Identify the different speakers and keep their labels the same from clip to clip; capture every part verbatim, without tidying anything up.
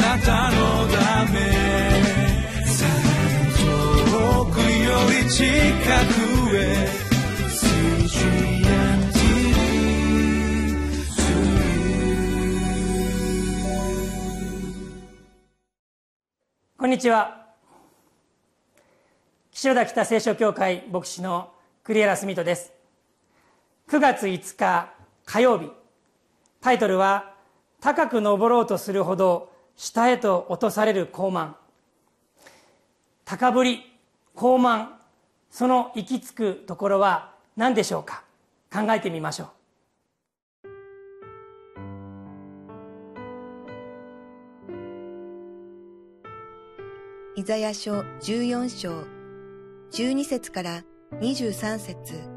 Speaker 1: なたのため遠くより近くへ
Speaker 2: こんにちは。岸和田北聖書教会牧師の栗原澄人です。くがついつか火曜日、タイトルは高く登ろうとするほど下へと落とされる高慢。高ぶり、高慢、その行き着くところは何でしょうか。考えてみましょう。
Speaker 3: イザヤ書じゅうよん章じゅうに節からにじゅうさん節。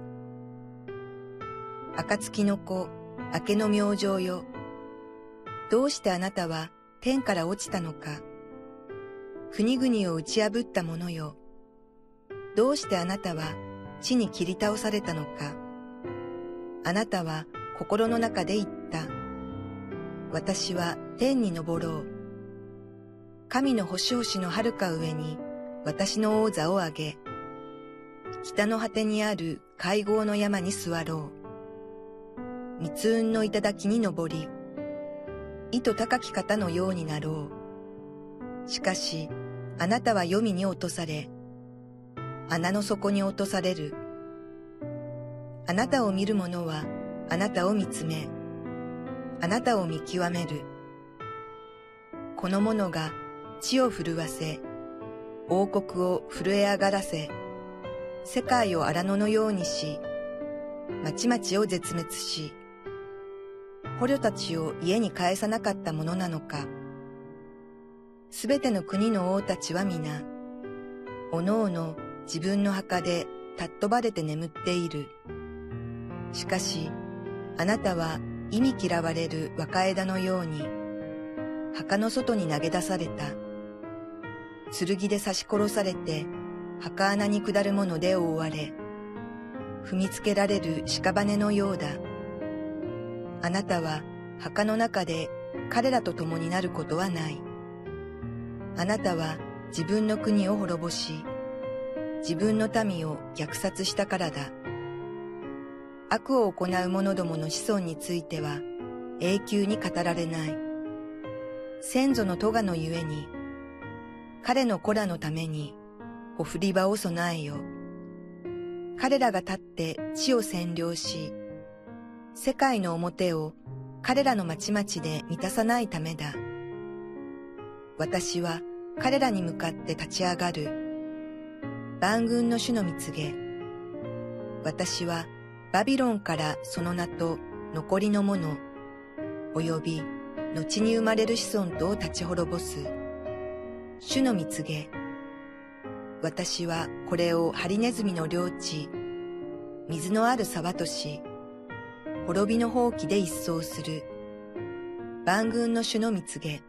Speaker 3: 暁の子、明けの明星よ。どうしてあなたは天から落ちたのか。国々を打ち破った者よ。どうしてあなたは地に切り倒されたのか。あなたは心の中で言った。私は天に昇ろう。神の星々のはるか上に私の王座を上げ、北の果てにある会合の山に座ろう。密雲の頂に登り、糸高き方のようになろう。しかし、あなたは黄泉に落とされ、穴の底に落とされる。あなたを見る者はあなたを見つめ、あなたを見極める。この者が地を震わせ、王国を震え上がらせ、世界を荒野のようにし、町々を絶滅し、捕虜たちを家に帰さなかったものなのか。すべての国の王たちは皆、おのおの自分の墓で尊ばれて眠っている。しかし、あなたは忌み嫌われる若枝のように、墓の外に投げ出された。剣で刺し殺されて、墓穴に下るもので覆われ、踏みつけられる屍のようだ。あなたは墓の中で彼らと共になることはない。あなたは自分の国を滅ぼし、自分の民を虐殺したからだ。悪を行う者どもの子孫については永久に語られない。先祖の咎のゆえに、彼の子らのためにほふり場を備えよ。彼らが立って地を占領し、世界の表を彼らの町々で満たさないためだ。私は彼らに向かって立ち上がる。万軍の主の蜜げ。私はバビロンからその名と残りのもの、および後に生まれる子孫とを立ち滅ぼす。主の蜜げ。私はこれをハリネズミの領地、水のある沢とし、滅びの放棄で一掃する。万軍の主の蜜げ。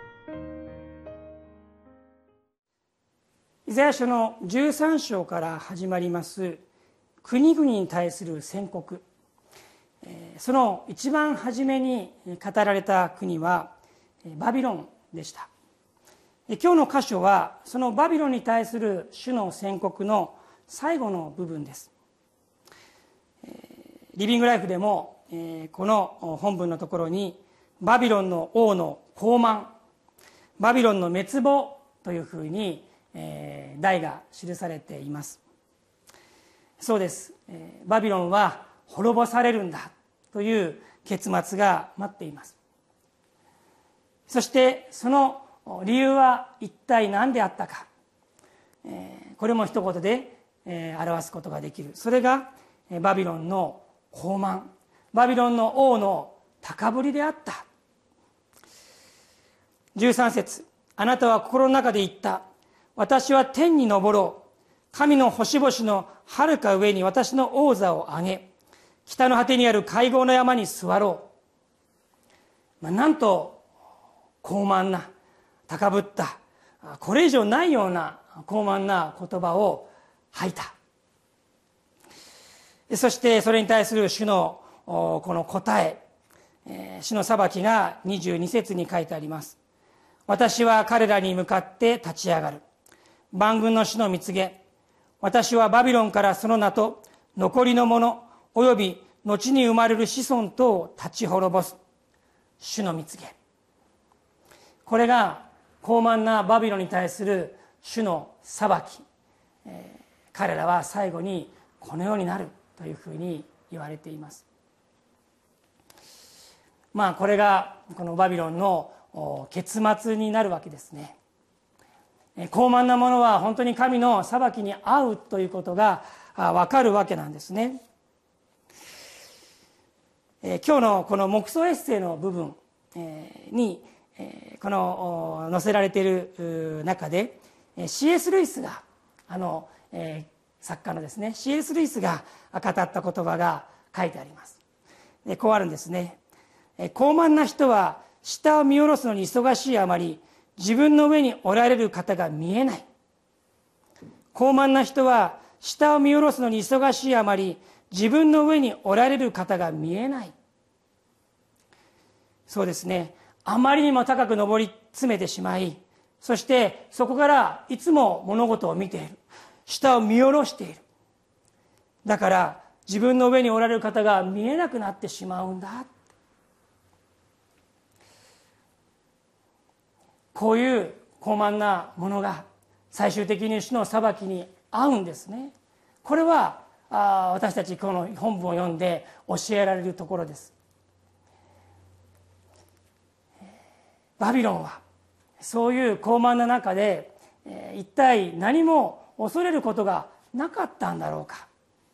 Speaker 2: イザヤ書のじゅうさん章から始まります国々に対する宣告。その一番初めに語られた国はバビロンでした。今日の箇所はそのバビロンに対する主の宣告の最後の部分です。リビングライフでもこの本文のところにバビロンの王の高慢、バビロンの滅亡というふうに題が記されています。そうです。バビロンは滅ぼされるんだという結末が待っています。そしてその理由は一体何であったか、これも一言で表すことができる。それがバビロンの高慢、バビロンの王の高ぶりであった。じゅうさん節、あなたは心の中で言った。私は天に昇ろう。神の星々のはるか上に私の王座を上げ、北の果てにある会合の山に座ろう。まあ、なんと高慢な、高ぶった、これ以上ないような高慢な言葉を吐いた。そしてそれに対する主のこの答え、主の裁きがにじゅうに節に書いてあります。 私は彼らに向かって立ち上がる。万軍の主の蜜げ、私はバビロンからその名と残りの者および後に生まれる子孫とを立ち滅ぼす。主の蜜げ。これが高慢なバビロンに対する主の裁き、えー、彼らは最後にこのようになるというふうに言われています。まあこれがこのバビロンの結末になるわけですね。高慢なものは本当に神の裁きに遭うということが分かるわけなんですね。今日のこの黙想エッセイの部分にこの載せられている中で シーエス ルイスがあの作家のですね シーエス ルイスが語った言葉が書いてあります。こうあるんですね。高慢な人は下を見下ろすのに忙しいあまり自分の上におられる方が見えない。高慢な人は下を見下ろすのに忙しいあまり自分の上におられる方が見えない。そうですね、あまりにも高く上り詰めてしまい、そしてそこからいつも物事を見ている、下を見下ろしている。だから自分の上におられる方が見えなくなってしまうんだ。こういう高慢なものが最終的に主の裁きに遭うんですね。これはあ私たちこの本文を読んで教えられるところです。バビロンはそういう高慢な中で一体何も恐れることがなかったんだろうか。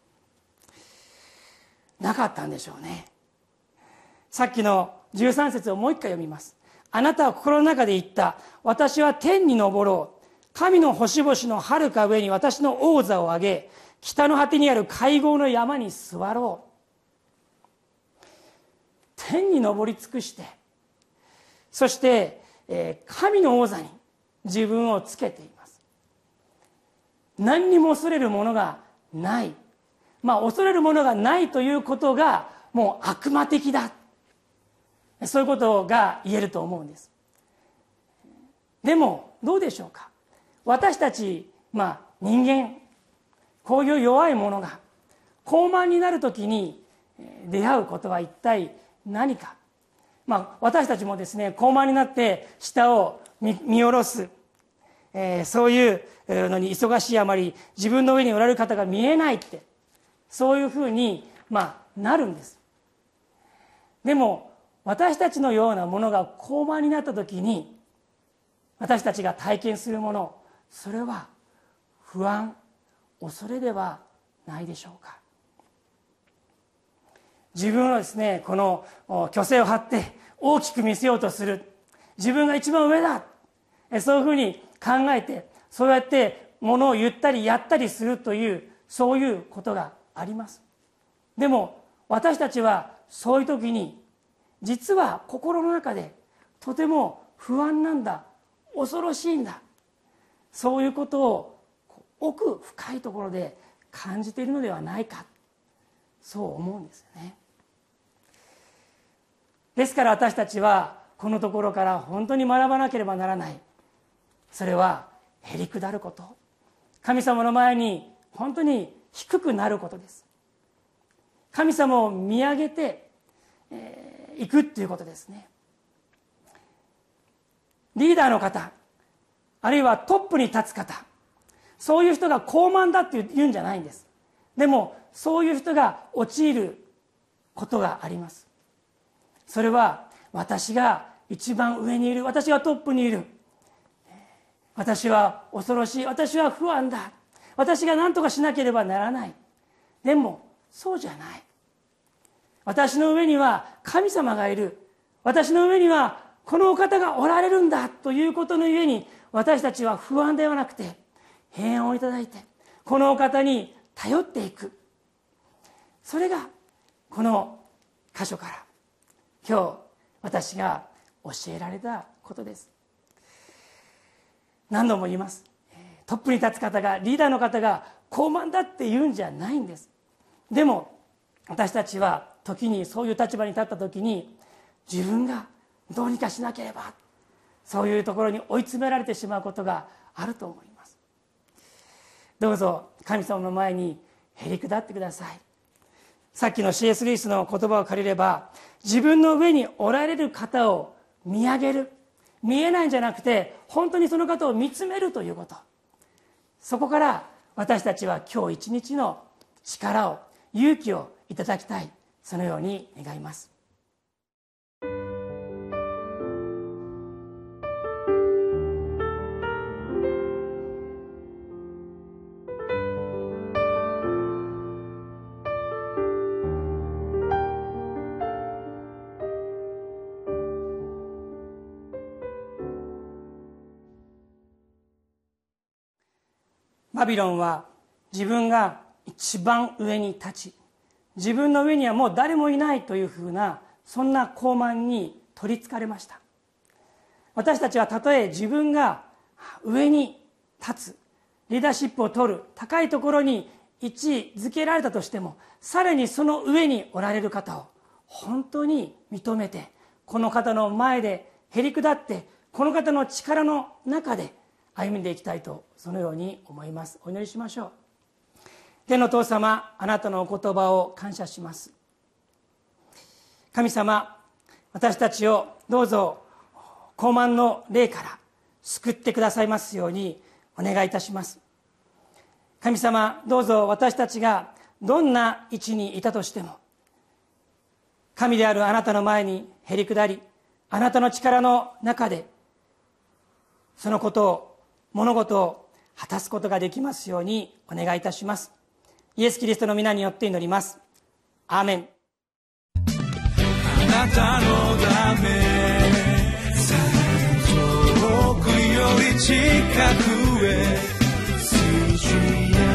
Speaker 2: なかったんでしょうね。さっきのじゅうさん節をもう一回読みます。あなたは心の中で言った。私は天に昇ろう。神の星々の遥か上に私の王座を上げ、北の果てにある会合の山に座ろう。天に昇り尽くして、そして、えー、神の王座に自分をつけています。何にも恐れるものがない。まあ恐れるものがないということがもう悪魔的だ。そういうことが言えると思うんです。でもどうでしょうか。私たち、まあ、人間こういう弱いものが高慢になるときに出会うことは一体何か。まあ、私たちもですね高慢になって下を 見, 見下ろす、えー、そういうのに忙しいあまり自分の上におられる方が見えないってそういうふうに、まあ、なるんです。でも私たちのようなものが高慢になった時に私たちが体験するもの、それは不安、恐れではないでしょうか。自分はですねこの虚勢を張って大きく見せようとする、自分が一番上だ、そういうふうに考えてそうやってものを言ったりやったりするというそういうことがあります。でも私たちはそういう時に実は心の中でとても不安なんだ、恐ろしいんだ、そういうことを奥深いところで感じているのではないか、そう思うんですよね。ですから私たちはこのところから本当に学ばなければならない。それはへりくだること、神様の前に本当に低くなることです。神様を見上げて、えー行くっていうことですね。リーダーの方、あるいはトップに立つ方、そういう人が高慢だって言うんじゃないんです。でもそういう人が陥ることがあります。それは私が一番上にいる、私がトップにいる、私は恐ろしい、私は不安だ、私が何とかしなければならない。でもそうじゃない。私の上には神様がいる、私の上にはこのお方がおられるんだということのゆえに私たちは不安ではなくて平安をいただいてこのお方に頼っていく。それがこの箇所から今日私が教えられたことです。何度も言います。トップに立つ方が、リーダーの方が高慢だって言うんじゃないんです。でも私たちは時にそういう立場に立った時に自分がどうにかしなければ、 そういうところに追い詰められてしまうことがあると思います。どうぞ神様の前にへり下ってください。さっきの シーエス ルイスの言葉を借りれば、自分の上におられる方を見上げる、見えないんじゃなくて本当にその方を見つめるということ、そこから私たちは今日一日の力を、勇気をいただきたい、そのように願います。バビロンは自分が一番上に立ち、自分の上にはもう誰もいないというふうな、そんな傲慢に取りつかれました。私たちはたとえ自分が上に立つ、リーダーシップを取る、高いところに位置づけられたとしても、さらにその上におられる方を本当に認めて、この方の前でへり下って、この方の力の中で歩んでいきたいと、そのように思います。お祈りしましょう。天の父様、あなたのお言葉を感謝します。神様、私たちをどうぞ傲慢の霊から救ってくださいますようにお願いいたします。神様、どうぞ私たちがどんな位置にいたとしても、神であるあなたの前にへり下り、あなたの力の中でそのことを、物事を果たすことができますようにお願いいたします。イエス・キリストの皆によって祈ります。アーメン。
Speaker 1: あなたのため、遠くより近くへ